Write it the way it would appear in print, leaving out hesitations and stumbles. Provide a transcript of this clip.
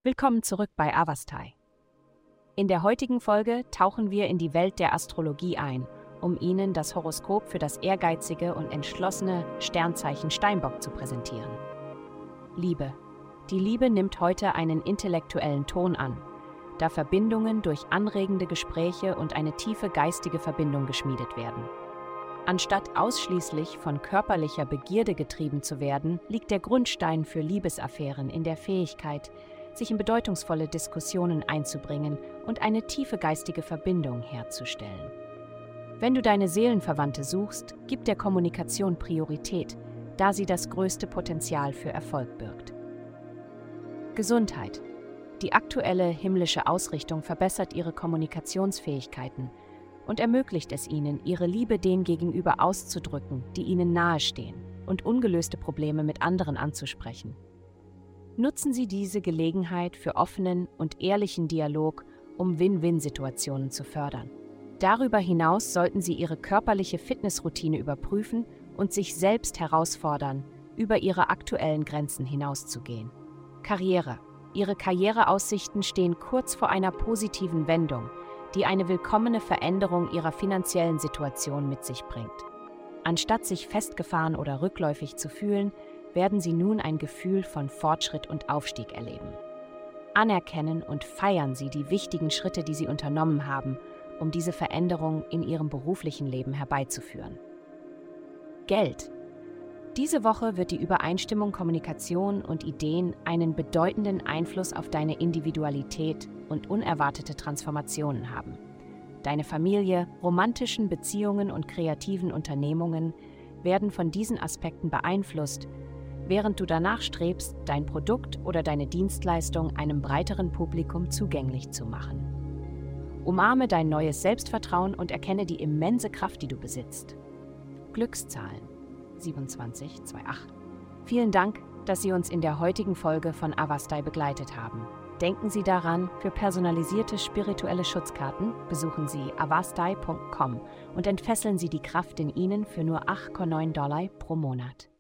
Willkommen zurück bei Avastai. In der heutigen Folge tauchen wir in die Welt der Astrologie ein, um Ihnen das Horoskop für das ehrgeizige und entschlossene Sternzeichen Steinbock zu präsentieren. Liebe. Die Liebe nimmt heute einen intellektuellen Ton an, da Verbindungen durch anregende Gespräche und eine tiefe geistige Verbindung geschmiedet werden. Anstatt ausschließlich von körperlicher Begierde getrieben zu werden, liegt der Grundstein für Liebesaffären in der Fähigkeit, sich in bedeutungsvolle Diskussionen einzubringen und eine tiefe geistige Verbindung herzustellen. Wenn du deine Seelenverwandte suchst, gib der Kommunikation Priorität, da sie das größte Potenzial für Erfolg birgt. Gesundheit. Die aktuelle himmlische Ausrichtung verbessert ihre Kommunikationsfähigkeiten und ermöglicht es ihnen, ihre Liebe denen gegenüber auszudrücken, die ihnen nahestehen, und ungelöste Probleme mit anderen anzusprechen. Nutzen Sie diese Gelegenheit für offenen und ehrlichen Dialog, um Win-Win-Situationen zu fördern. Darüber hinaus sollten Sie Ihre körperliche Fitnessroutine überprüfen und sich selbst herausfordern, über Ihre aktuellen Grenzen hinauszugehen. Karriere. Ihre Karriereaussichten stehen kurz vor einer positiven Wendung, die eine willkommene Veränderung Ihrer finanziellen Situation mit sich bringt. Anstatt sich festgefahren oder rückläufig zu fühlen, werden Sie nun ein Gefühl von Fortschritt und Aufstieg erleben. Anerkennen und feiern Sie die wichtigen Schritte, die Sie unternommen haben, um diese Veränderung in Ihrem beruflichen Leben herbeizuführen. Geld. Diese Woche wird die Übereinstimmung Kommunikation und Ideen einen bedeutenden Einfluss auf deine Individualität und unerwartete Transformationen haben. Deine Familie, romantischen Beziehungen und kreativen Unternehmungen werden von diesen Aspekten beeinflusst, während du danach strebst, dein Produkt oder deine Dienstleistung einem breiteren Publikum zugänglich zu machen. Umarme dein neues Selbstvertrauen und erkenne die immense Kraft, die du besitzt. Glückszahlen 2728. Vielen Dank, dass Sie uns in der heutigen Folge von Avastai begleitet haben. Denken Sie daran, für personalisierte spirituelle Schutzkarten besuchen Sie avastai.com und entfesseln Sie die Kraft in Ihnen für nur $8,9 pro Monat.